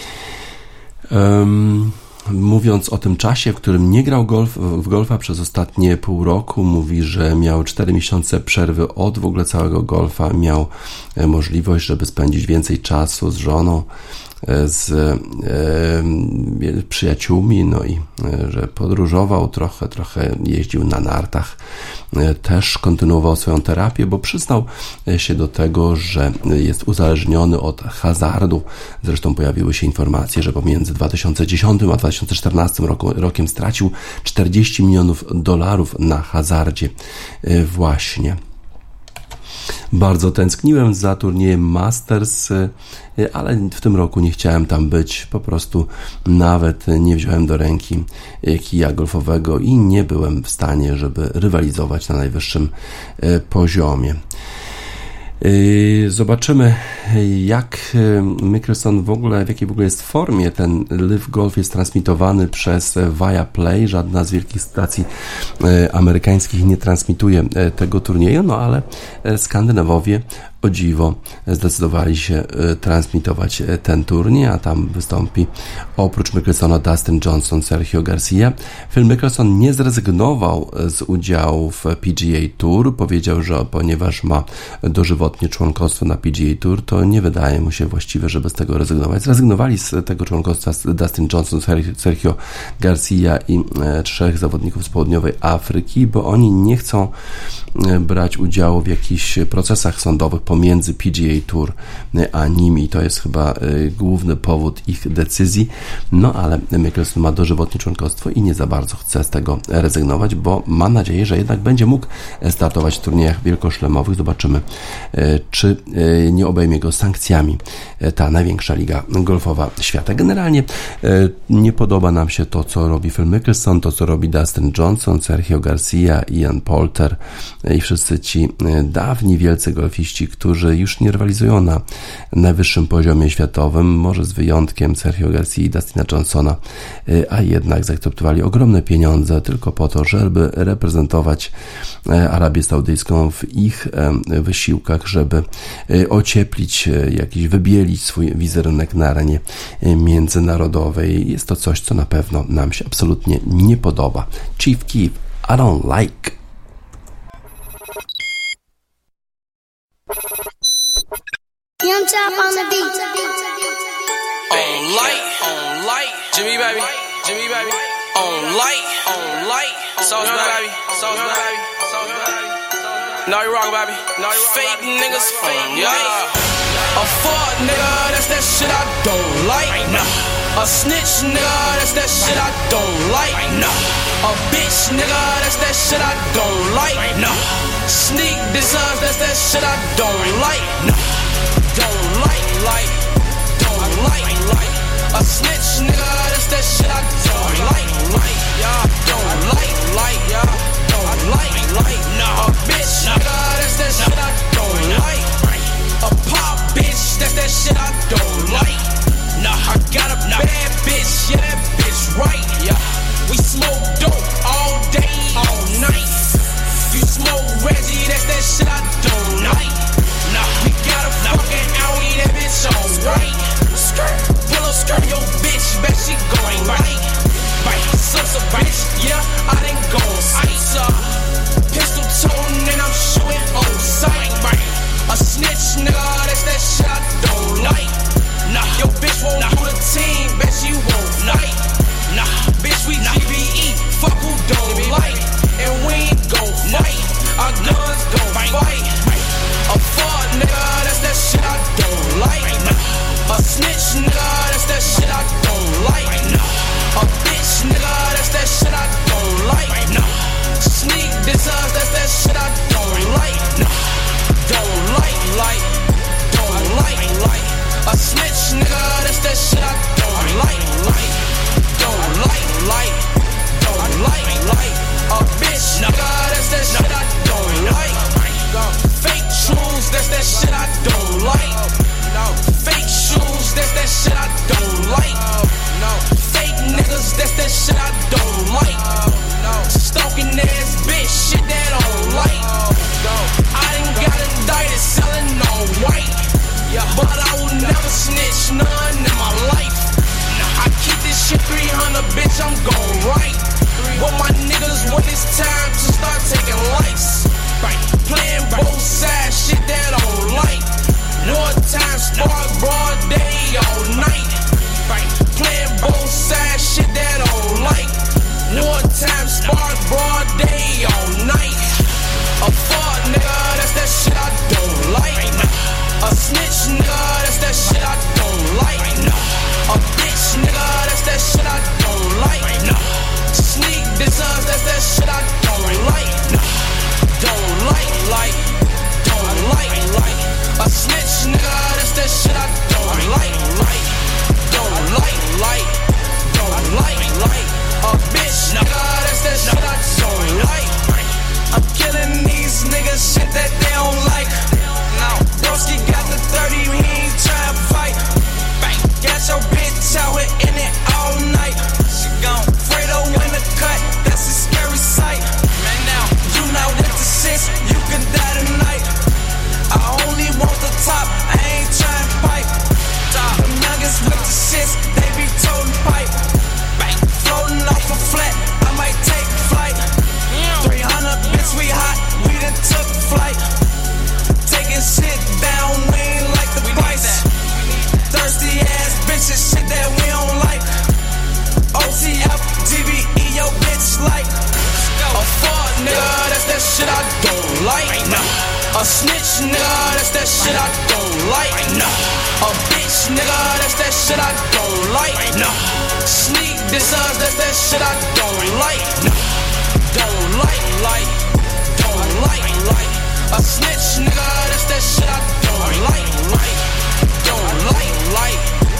Mówiąc o tym czasie, w którym nie grał w golfa przez ostatnie pół roku, mówi, że miał 4 miesiące przerwy od w ogóle całego golfa, miał możliwość, żeby spędzić więcej czasu z żoną, z przyjaciółmi, no i że podróżował trochę jeździł na nartach, też kontynuował swoją terapię, bo przyznał się do tego, że jest uzależniony od hazardu. Zresztą pojawiły się informacje, że pomiędzy 2010 a 2014 rokiem stracił $40 milionów na hazardzie właśnie. Bardzo tęskniłem za turniejem Masters, ale w tym roku nie chciałem tam być. Po prostu nawet nie wziąłem do ręki kija golfowego i nie byłem w stanie, żeby rywalizować na najwyższym poziomie. Zobaczymy, jak Mickelson w jakiej w ogóle jest formie. Ten Live Golf jest transmitowany przez Viaplay. Żadna z wielkich stacji amerykańskich nie transmituje tego turnieju, no ale Skandynawowie o dziwo zdecydowali się transmitować ten turniej, a tam wystąpi oprócz Mickelsona Dustin Johnson, Sergio Garcia. Phil Mickelson nie zrezygnował z udziału w PGA Tour. Powiedział, że ponieważ ma dożywotnie członkostwo na PGA Tour, to nie wydaje mu się właściwe, żeby z tego rezygnować. Zrezygnowali z tego członkostwa Dustin Johnson, Sergio Garcia i 3 zawodników z południowej Afryki, bo oni nie chcą brać udziału w jakichś procesach sądowych pomiędzy PGA Tour a nimi. To jest chyba główny powód ich decyzji. No ale Mickelson ma dożywotnie członkostwo i nie za bardzo chce z tego rezygnować, bo mam nadzieję, że jednak będzie mógł startować w turniejach wielkoszlemowych. Zobaczymy, czy nie obejmie go sankcjami ta największa liga golfowa świata. Generalnie nie podoba nam się to, co robi Phil Mickelson, to, co robi Dustin Johnson, Sergio Garcia, Ian Poulter i wszyscy ci dawni wielcy golfiści, którzy już nie rywalizują na najwyższym poziomie światowym, może z wyjątkiem Sergio Garcia i Dustina Johnsona, a jednak zaakceptowali ogromne pieniądze tylko po to, żeby reprezentować Arabię Saudyjską w ich wysiłkach, żeby ocieplić, wybielić swój wizerunek na arenie międzynarodowej. Jest to coś, co na pewno nam się absolutnie nie podoba. Chief Keef, I don't like. Young Jimmy baby, Jimmy baby. On light, sauce baby, sauce baby, sauce baby. No, you wrong, baby. No, you wrong, fake baby. Niggas, fake, yeah. A fuck nigga, that's that shit I don't like. Nah. A snitch nigga, that's that shit I don't like. Nah. A bitch nigga, that's that shit I don't like. Nah. Sneak designs, that's that shit I don't like. Nah. Don't like. A snitch nigga, that's that shit I don't like. Yeah, don't like, yeah. Don't like, nah. A bitch nigga, that's that shit I don't like. A pop bitch, that's that shit I don't like. Nah, I got a bad bitch, yeah, that bitch right. Yeah, we smoke dope all day, all night. You smoke Reggie, that's that shit I don't like. Nah, we got a fucking Audi, that bitch alright. Pillow skirt, yo bitch, bet she going right. Such a bitch, yeah, I done gone ice. Pistol toting and I'm shooting on sight. A snitch, nigga, that's that shit I don't like. Nah, yo bitch won't do the team, bet she won't night. Nah, bitch we GBE, fuck who don't like. And we ain't gon' fight, our guns gon' fight. A fuck nigga, that's that shit I don't like. A snitch nigga, that's that shit I don't like. A bitch nigga, that's that shit I don't like. Sneak designs, that's that shit I don't like. Don't like. A snitch nigga, that's that shit I don't like. Don't like. A bitch nigga, that's that shit I don't like. Fake shoes, that's that shit I don't like. Fake shoes, that's that shit I don't like. Fake niggas, that's that shit I don't like. Stalking ass bitch, shit that I don't like. I done got indicted selling all white. But I will never snitch none in my life. I keep this shit 300, bitch, I'm gon' right. But my niggas, when it's time to start taking lives, playing both sides, shit that I don't like. Wartime spark, broad day, all night. Playing both sides, shit that I don't like. Wartime spark, broad day, all night. A fuck nigga, that's that shit I don't like. A snitch nigga, that's that shit I don't like. A bitch nigga, that's that shit I don't like. Sneak designs, that's that shit I don't like. Don't like. A snitch nigga, that's that shit I don't like. Don't like. A bitch nigga, that's that shit I don't like. I'm killing these niggas, shit that they don't like. Broski got the 30, he ain't tryna fight. Got your bitch out here in it all night. She gone. Fredo in the cut, that's a scary sight. Man, now you not with the shits, you can die tonight. I only want the top, I ain't tryna pipe. The nuggets with the shits, they be toting pipe. Floating off a flat, I might take flight. 300, bitch, we hot, we done took flight. Taking shit down, we ain't like the price. Thirsty ass bitches, shit that we don't like. OTF, GBE, yo bitch like. A fuck nigga, that's that shit I don't like. A snitch nigga, that's that shit I don't like. A bitch nigga, that's that shit I don't like. Sneak designs, that's that shit I don't like. Don't like. A snitch nigga, that's that shit I don't like. Don't like.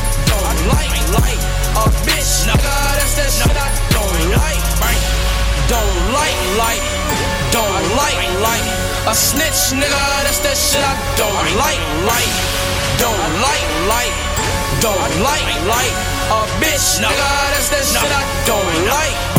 A bitch nigga, that's that shit I don't like. Don't like. A snitch nigga, that's that shit I don't like. Don't like. A bitch nigga, that's that shit I don't like.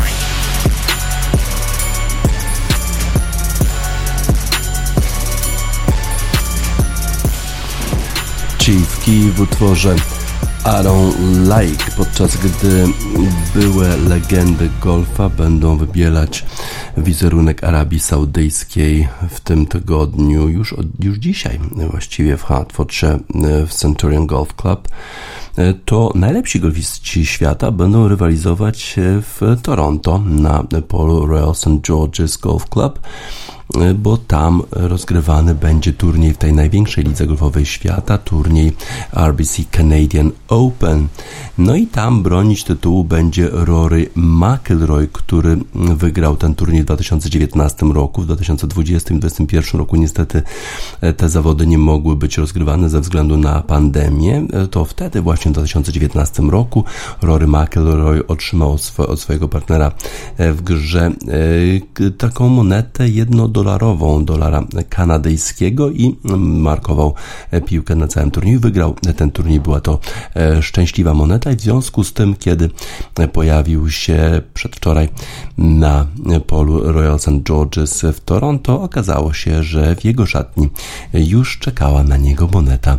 Chiefki w utworze I Don't Like, podczas gdy były legendy golfa będą wybielać wizerunek Arabii Saudyjskiej w tym tygodniu, już dzisiaj właściwie w Hertfordshire w Centurion Golf Club. to najlepsi golfiści świata będą rywalizować w Toronto na polu Royal St. George's Golf Club, bo tam rozgrywany będzie turniej w tej największej lidze golfowej świata, turniej RBC Canadian Open. No i tam bronić tytułu będzie Rory McIlroy, który wygrał ten turniej w 2019 roku. W 2020 i 2021 roku niestety te zawody nie mogły być rozgrywane ze względu na pandemię. To wtedy właśnie w 2019 roku Rory McIlroy otrzymał od swojego partnera w grze taką monetę $1 kanadyjskiego i markował piłkę na całym turnieju. Wygrał ten turniej, była to szczęśliwa moneta i w związku z tym, kiedy pojawił się przedwczoraj na polu Royal St. George's w Toronto, okazało się, że w jego szatni już czekała na niego moneta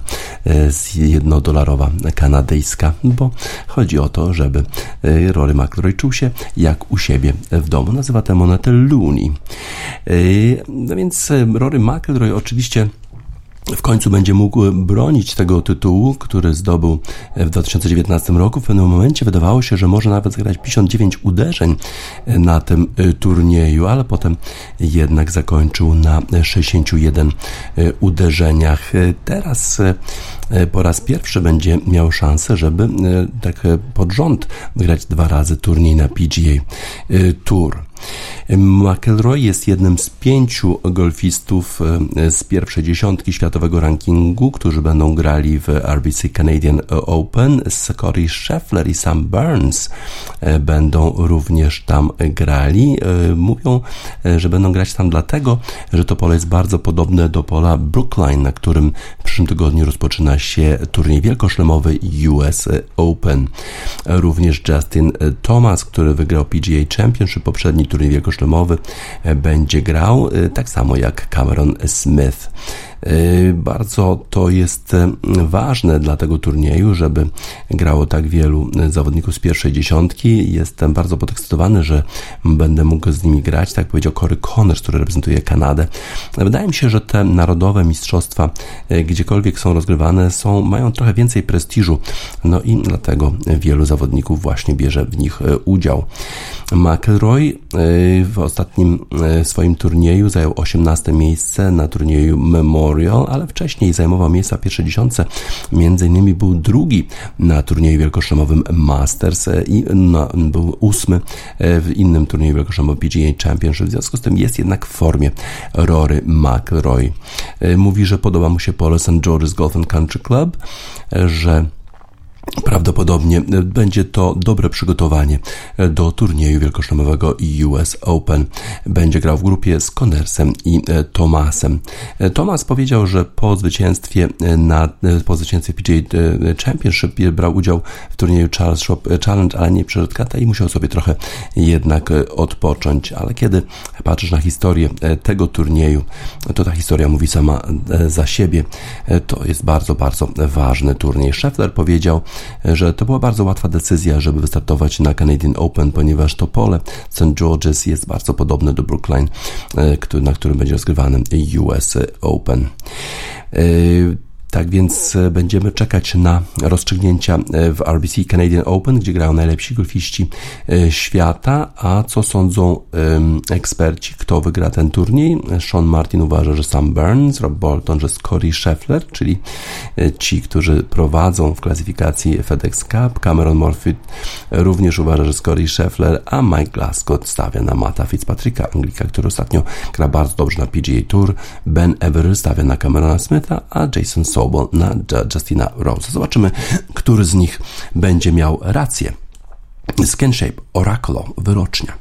$1 kanadyjska, bo chodzi o to, żeby Rory McIlroy czuł się jak u siebie w domu. Nazywa tę monetę Looney. No więc Rory McIlroy oczywiście w końcu będzie mógł bronić tego tytułu, który zdobył w 2019 roku. W pewnym momencie wydawało się, że może nawet zagrać 59 uderzeń na tym turnieju, ale potem jednak zakończył na 61 uderzeniach. Teraz po raz pierwszy będzie miał szansę, żeby tak pod rząd wygrać 2 razy turniej na PGA Tour. McIlroy jest jednym z 5 golfistów z pierwszej dziesiątki światowego rankingu, którzy będą grali w RBC Canadian Open. Scottie Scheffler i Sam Burns będą również tam grali. Mówią, że będą grać tam dlatego, że to pole jest bardzo podobne do pola Brookline, na którym w przyszłym tygodniu rozpoczyna się turniej wielkoszlemowy US Open. Również Justin Thomas, który wygrał PGA Championship, poprzedni turniej wielkoszlemowy, będzie grał, tak samo jak Cameron Smith. Bardzo to jest ważne dla tego turnieju, żeby grało tak wielu zawodników z pierwszej dziesiątki. Jestem bardzo podekscytowany, że będę mógł z nimi grać, tak powiedział Corey Conners, który reprezentuje Kanadę. Wydaje mi się, że te narodowe mistrzostwa, gdziekolwiek są rozgrywane, mają trochę więcej prestiżu, no i dlatego wielu zawodników właśnie bierze w nich udział. McIlroy w ostatnim swoim turnieju zajął 18 miejsce na turnieju Memorial, ale wcześniej zajmował miejsca w pierwszej dziesiątce. Między innymi był drugi na turnieju wielkoszlemowym Masters i był 8 w innym turnieju wielkoszlemowym PGA Championship. W związku z tym jest jednak w formie Rory McIlroy. Mówi, że podoba mu się pole St. George's Golf and Country Club, że prawdopodobnie będzie to dobre przygotowanie do turnieju wielkoszlemowego US Open. Będzie grał w grupie z Connersem i Thomasem. Thomas powiedział, że po zwycięstwie PGA Championship brał udział w turnieju Charles Schwab Challenge, ale nie przeszedł kata i musiał sobie trochę jednak odpocząć. Ale kiedy patrzysz na historię tego turnieju, to ta historia mówi sama za siebie. To jest bardzo, bardzo ważny turniej. Scheffler powiedział, że to była bardzo łatwa decyzja, żeby wystartować na Canadian Open, ponieważ to pole St. George's jest bardzo podobne do Brookline, na którym będzie rozgrywany US Open. Tak więc będziemy czekać na rozstrzygnięcia w RBC Canadian Open, gdzie grają najlepsi golfiści świata. A co sądzą eksperci, kto wygra ten turniej? Sean Martin uważa, że Sam Burns, Rob Bolton, że Scottie Scheffler, czyli ci, którzy prowadzą w klasyfikacji FedEx Cup. Cameron Morfitt również uważa, że Scottie Scheffler, a Mike Glasgow stawia na Matta Fitzpatricka, Anglika, który ostatnio gra bardzo dobrze na PGA Tour. Ben Everill stawia na Camerona Smitha, a Jason Sobel na Justina Rose. Zobaczymy, który z nich będzie miał rację. Skenshape Oracle, wyrocznia.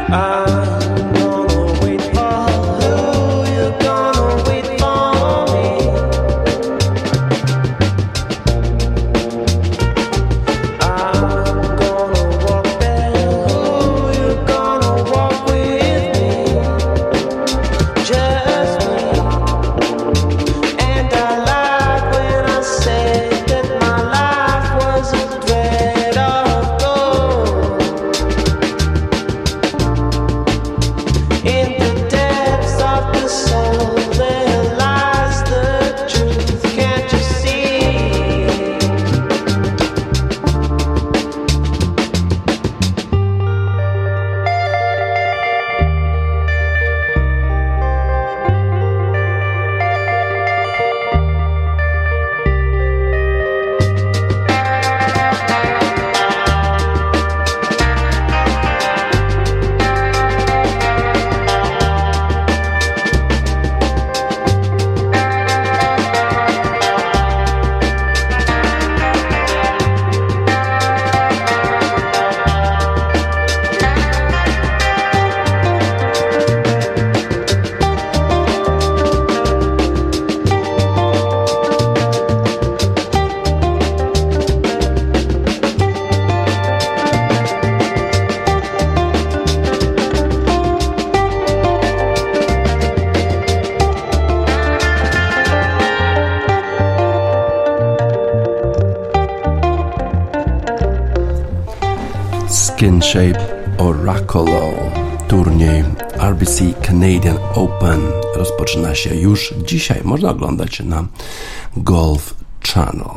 Skin Shape Oracle. Turniej RBC Canadian Open rozpoczyna się już dzisiaj. Można oglądać na Golf Channel.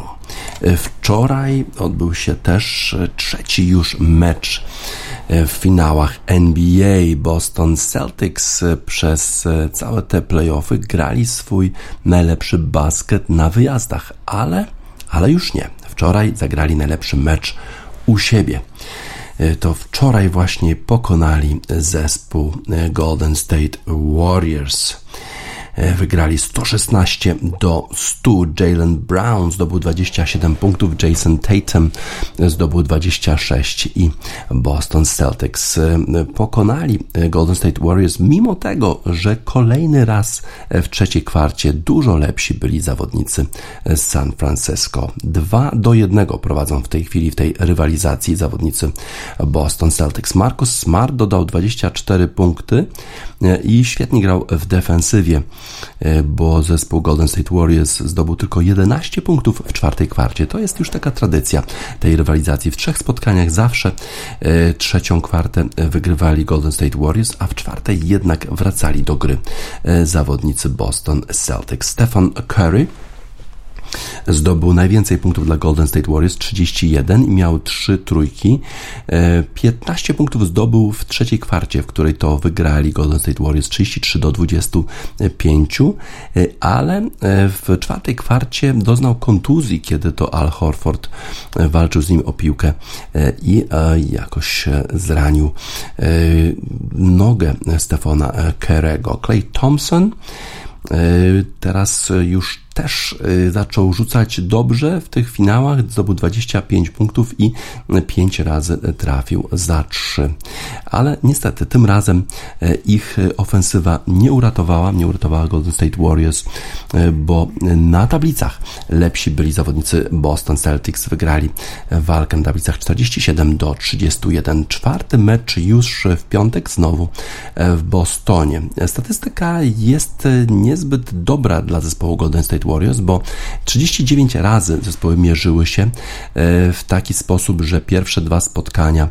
Wczoraj odbył się też trzeci już mecz w finałach NBA. Boston Celtics przez całe te playoffy grali swój najlepszy basket na wyjazdach, ale już nie. Wczoraj zagrali najlepszy mecz u siebie. To wczoraj właśnie pokonali zespół Golden State Warriors. Wygrali 116-100. Jaylen Brown zdobył 27 punktów, Jason Tatum zdobył 26 i Boston Celtics pokonali Golden State Warriors, mimo tego, że kolejny raz w trzeciej kwarcie dużo lepsi byli zawodnicy z San Francisco. 2-1 prowadzą w tej chwili w tej rywalizacji zawodnicy Boston Celtics. Marcus Smart dodał 24 punkty i świetnie grał w defensywie, bo zespół Golden State Warriors zdobył tylko 11 punktów w czwartej kwarcie. To jest już taka tradycja tej rywalizacji. W 3 spotkaniach zawsze trzecią kwartę wygrywali Golden State Warriors, a w czwartej jednak wracali do gry zawodnicy Boston Celtics. Stephen Curry zdobył najwięcej punktów dla Golden State Warriors, 31, i miał 3 trójki. 15 punktów zdobył w trzeciej kwarcie, w której to wygrali Golden State Warriors 33-25, ale w czwartej kwarcie doznał kontuzji, kiedy to Al Horford walczył z nim o piłkę i jakoś zranił nogę Stephena Curry'ego. Klay Thompson teraz już też zaczął rzucać dobrze w tych finałach, zdobył 25 punktów i 5 razy trafił za 3. Ale niestety tym razem ich ofensywa nie uratowała Golden State Warriors, bo na tablicach lepsi byli zawodnicy Boston Celtics. Wygrali walkę na tablicach 47-31. Czwarty mecz już w piątek znowu w Bostonie. Statystyka jest niezbyt dobra dla zespołu Golden State Warriors, bo 39 razy zespoły mierzyły się w taki sposób, że pierwsze 2 spotkania,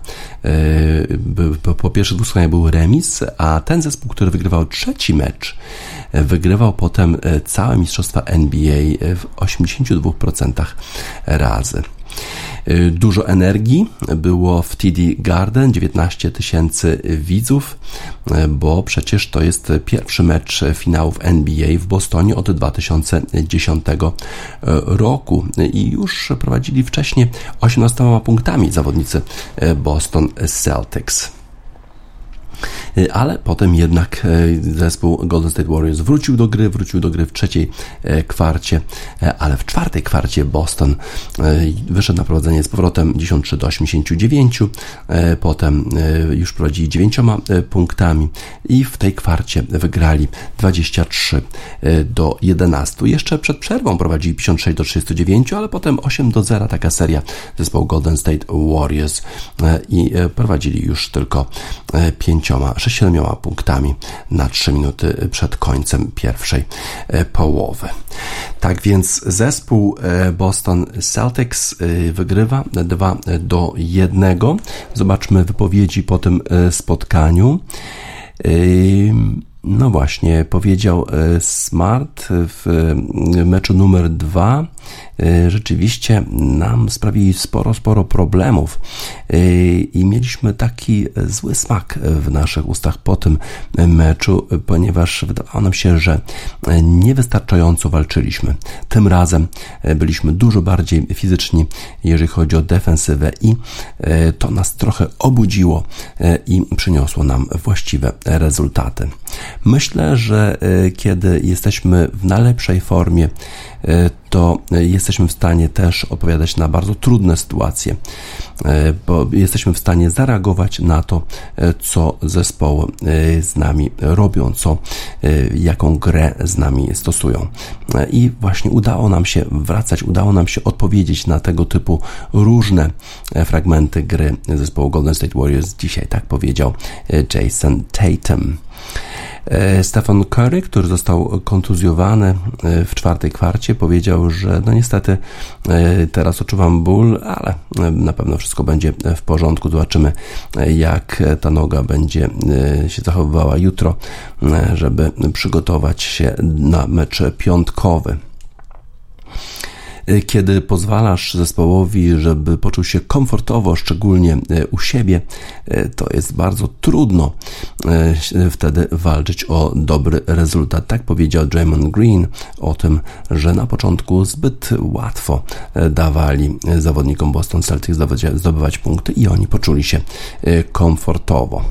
po pierwszych 2 spotkaniach był remis, a ten zespół, który wygrywał trzeci mecz, wygrywał potem całe mistrzostwa NBA w 82% razy. Dużo energii było w TD Garden, 19 000 widzów, bo przecież to jest pierwszy mecz finałów NBA w Bostonie od 2010 roku i już prowadzili wcześniej 18 punktami zawodnicy Boston Celtics. Ale potem jednak zespół Golden State Warriors wrócił do gry w trzeciej kwarcie, ale w czwartej kwarcie Boston wyszedł na prowadzenie z powrotem 93 do 89, potem już prowadzili 9 punktami i w tej kwarcie wygrali 23 do 11. Jeszcze przed przerwą prowadzili 56 do 39, ale potem 8 do 0, taka seria zespołu Golden State Warriors i prowadzili już tylko 7 punktami na 3 minuty przed końcem pierwszej połowy. Tak więc zespół Boston Celtics wygrywa 2 do 1. Zobaczmy wypowiedzi po tym spotkaniu. No właśnie, powiedział Smart w meczu numer 2. Rzeczywiście nam sprawili sporo problemów i mieliśmy taki zły smak w naszych ustach po tym meczu, ponieważ wydawało nam się, że niewystarczająco walczyliśmy. Tym razem byliśmy dużo bardziej fizyczni, jeżeli chodzi o defensywę i to nas trochę obudziło i przyniosło nam właściwe rezultaty. Myślę, że kiedy jesteśmy w najlepszej formie, to jesteśmy w stanie też odpowiadać na bardzo trudne sytuacje, bo jesteśmy w stanie zareagować na to, co zespoły z nami robią, jaką grę z nami stosują. I właśnie udało nam się wracać, udało nam się odpowiedzieć na tego typu różne fragmenty gry zespołu Golden State Warriors dzisiaj, tak powiedział Jason Tatum. Stephen Curry, który został kontuzjowany w czwartej kwarcie, powiedział, że no niestety teraz odczuwam ból, ale na pewno wszystko będzie w porządku. Zobaczymy, jak ta noga będzie się zachowywała jutro, żeby przygotować się na mecz piątkowy. Kiedy pozwalasz zespołowi, żeby poczuł się komfortowo, szczególnie u siebie, to jest bardzo trudno wtedy walczyć o dobry rezultat. Tak powiedział Draymond Green o tym, że na początku zbyt łatwo dawali zawodnikom Boston Celtics zdobywać punkty i oni poczuli się komfortowo.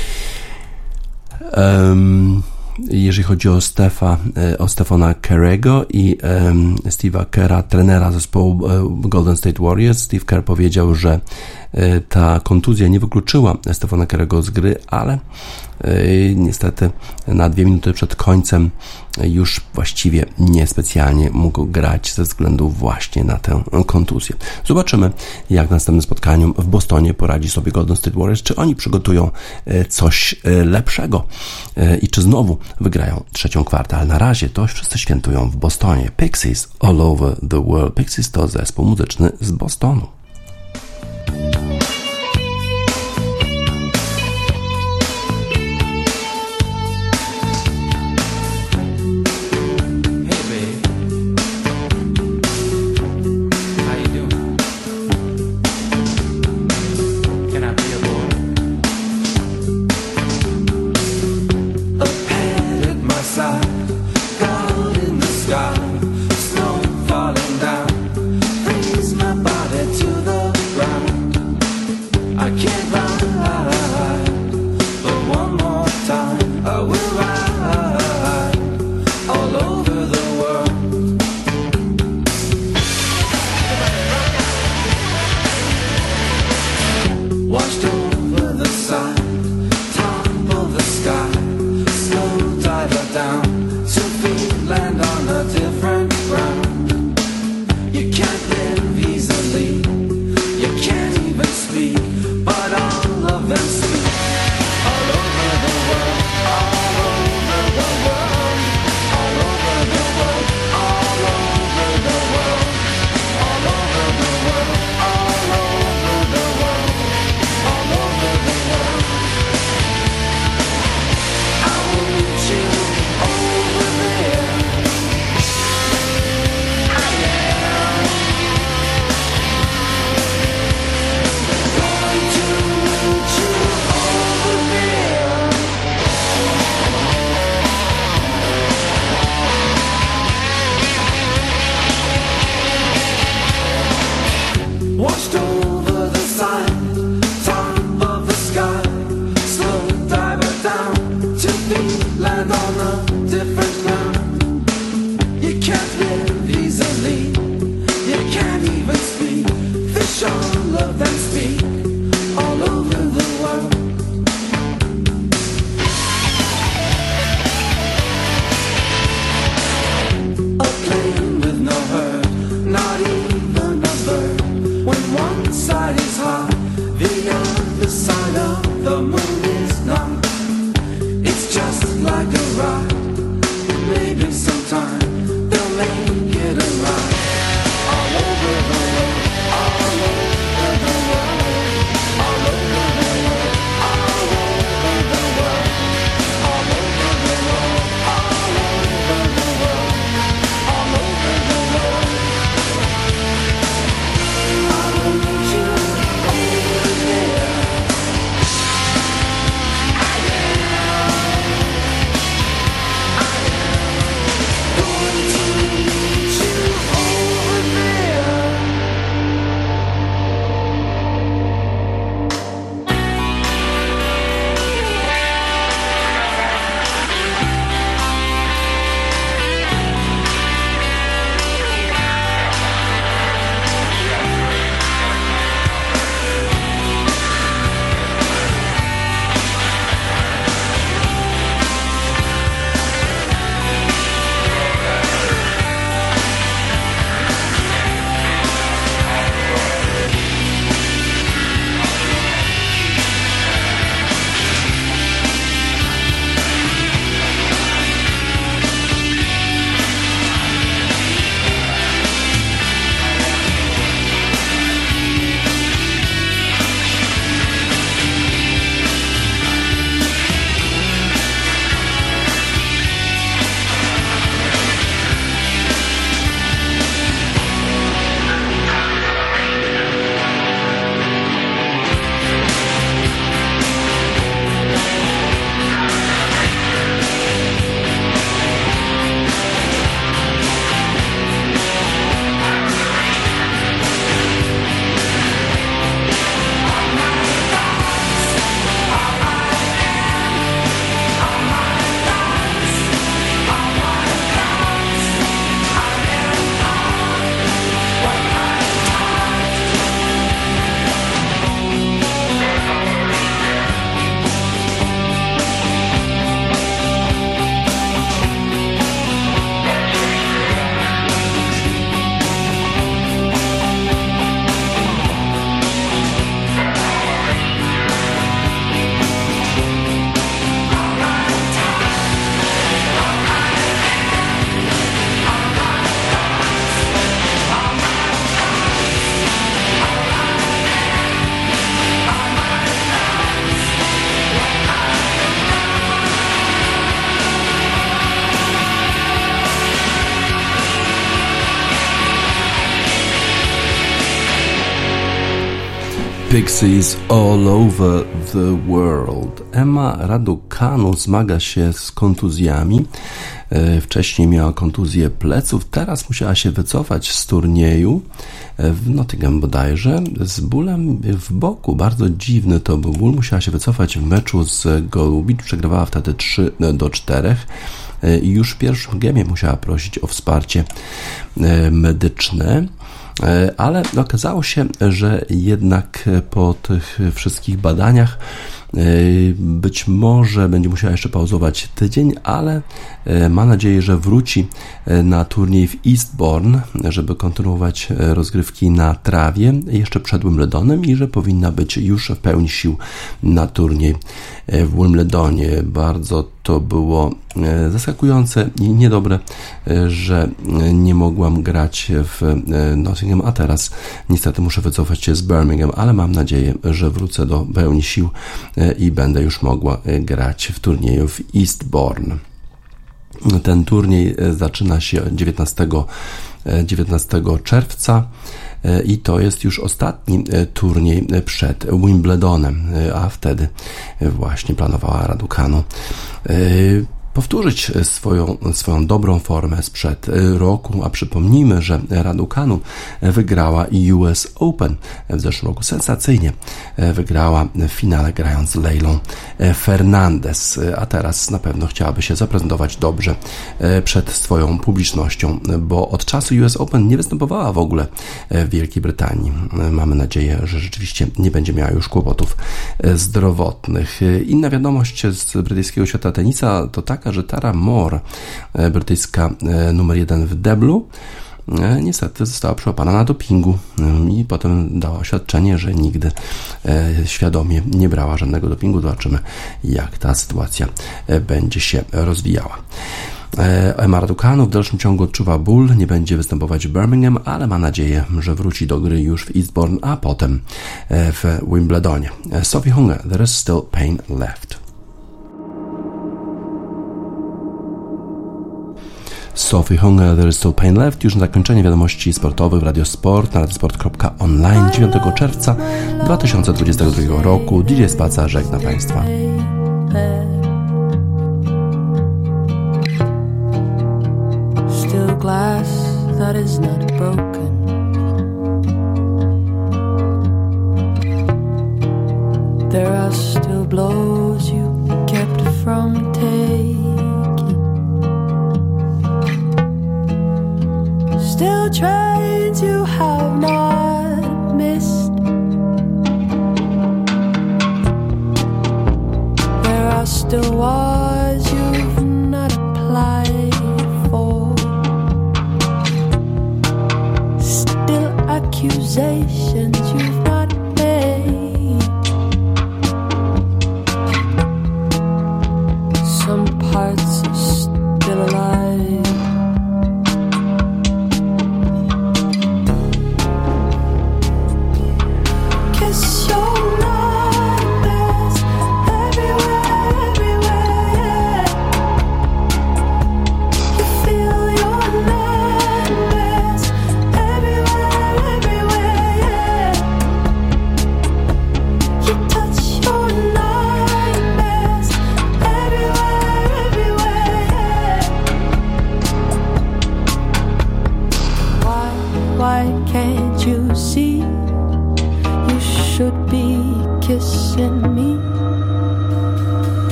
Jeżeli chodzi o Stephona Curry'ego i Steve'a Kerra, trenera zespołu Golden State Warriors, Steve Kerr powiedział, że ta kontuzja nie wykluczyła Stephona Curry'ego z gry, ale niestety na 2 minuty przed końcem już właściwie niespecjalnie mógł grać ze względu właśnie na tę kontuzję. Zobaczymy, jak w następnym spotkaniu w Bostonie poradzi sobie Golden State Warriors, czy oni przygotują coś lepszego i czy znowu wygrają trzecią kwartę, ale na razie to wszyscy świętują w Bostonie. Pixies All Over the World. Pixies to zespół muzyczny z Bostonu. Pixies All Over the World. Emma Raducanu zmaga się z kontuzjami. Wcześniej miała kontuzję pleców, teraz musiała się wycofać z turnieju w Nottingham bodajże z bólem w boku. Bardzo dziwny to był ból. Musiała się wycofać w meczu z Golubicz. Przegrywała wtedy 3-4 i już w pierwszym gemie musiała prosić o wsparcie medyczne. Ale okazało się, że jednak po tych wszystkich badaniach być może będzie musiała jeszcze pauzować tydzień, ale ma nadzieję, że wróci na turniej w Eastbourne, żeby kontynuować rozgrywki na trawie jeszcze przed Wimbledonem i że powinna być już w pełni sił na turniej w Wimbledonie. Bardzo to było zaskakujące i niedobre, że nie mogłam grać w Nottingham, a teraz niestety muszę wycofać się z Birmingham, ale mam nadzieję, że wrócę do pełni sił i będę już mogła grać w turnieju w Eastbourne. Ten turniej zaczyna się 19 czerwca i to jest już ostatni turniej przed Wimbledonem, a wtedy właśnie planowała Raducanu powtórzyć swoją dobrą formę sprzed roku, a przypomnijmy, że Raducanu wygrała US Open w zeszłym roku sensacyjnie. Wygrała w finale grając z Leilą Fernandez, a teraz na pewno chciałaby się zaprezentować dobrze przed swoją publicznością, bo od czasu US Open nie występowała w ogóle w Wielkiej Brytanii. Mamy nadzieję, że rzeczywiście nie będzie miała już kłopotów zdrowotnych. Inna wiadomość z brytyjskiego świata tenisa to taka, że Tara Moore, brytyjska numer 1 w deblu, niestety została przyłapana na dopingu i potem dała oświadczenie, że nigdy świadomie nie brała żadnego dopingu. Zobaczymy, jak ta sytuacja będzie się rozwijała. Emma Raducanu w dalszym ciągu odczuwa ból, nie będzie występować w Birmingham, ale ma nadzieję, że wróci do gry już w Eastbourne, a potem w Wimbledonie. Sophie Hunger, There is Still Pain Left. Sophie Hunger, There is Still Pain Left. Już na zakończenie wiadomości sportowych w Radiosport na radiosport.online 9 czerwca 2022 roku. DJ Spaca żegna Państwa. Still glass that is not broken. There are still blows you kept from taking. Still trains you have not missed. There are still wars you've not applied for. Still accusations you've not made. Some parts are still alive.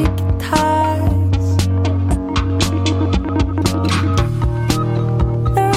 There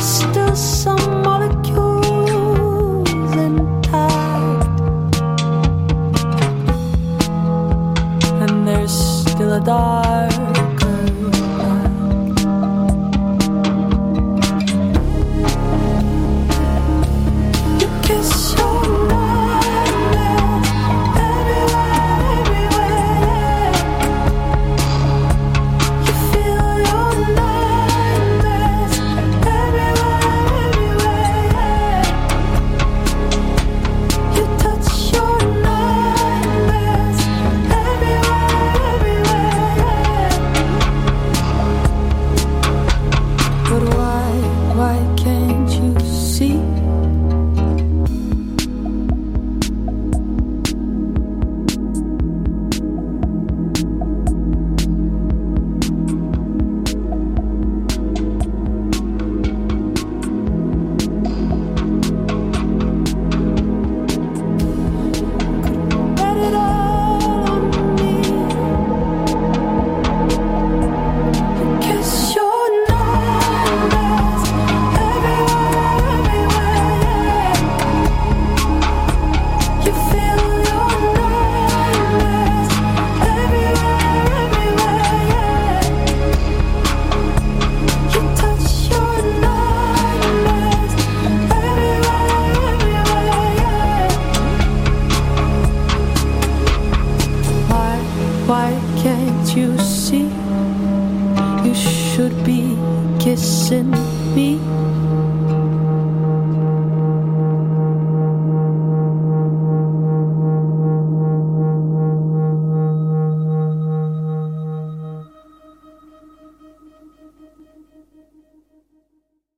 Why can't you see? You should be kissing me.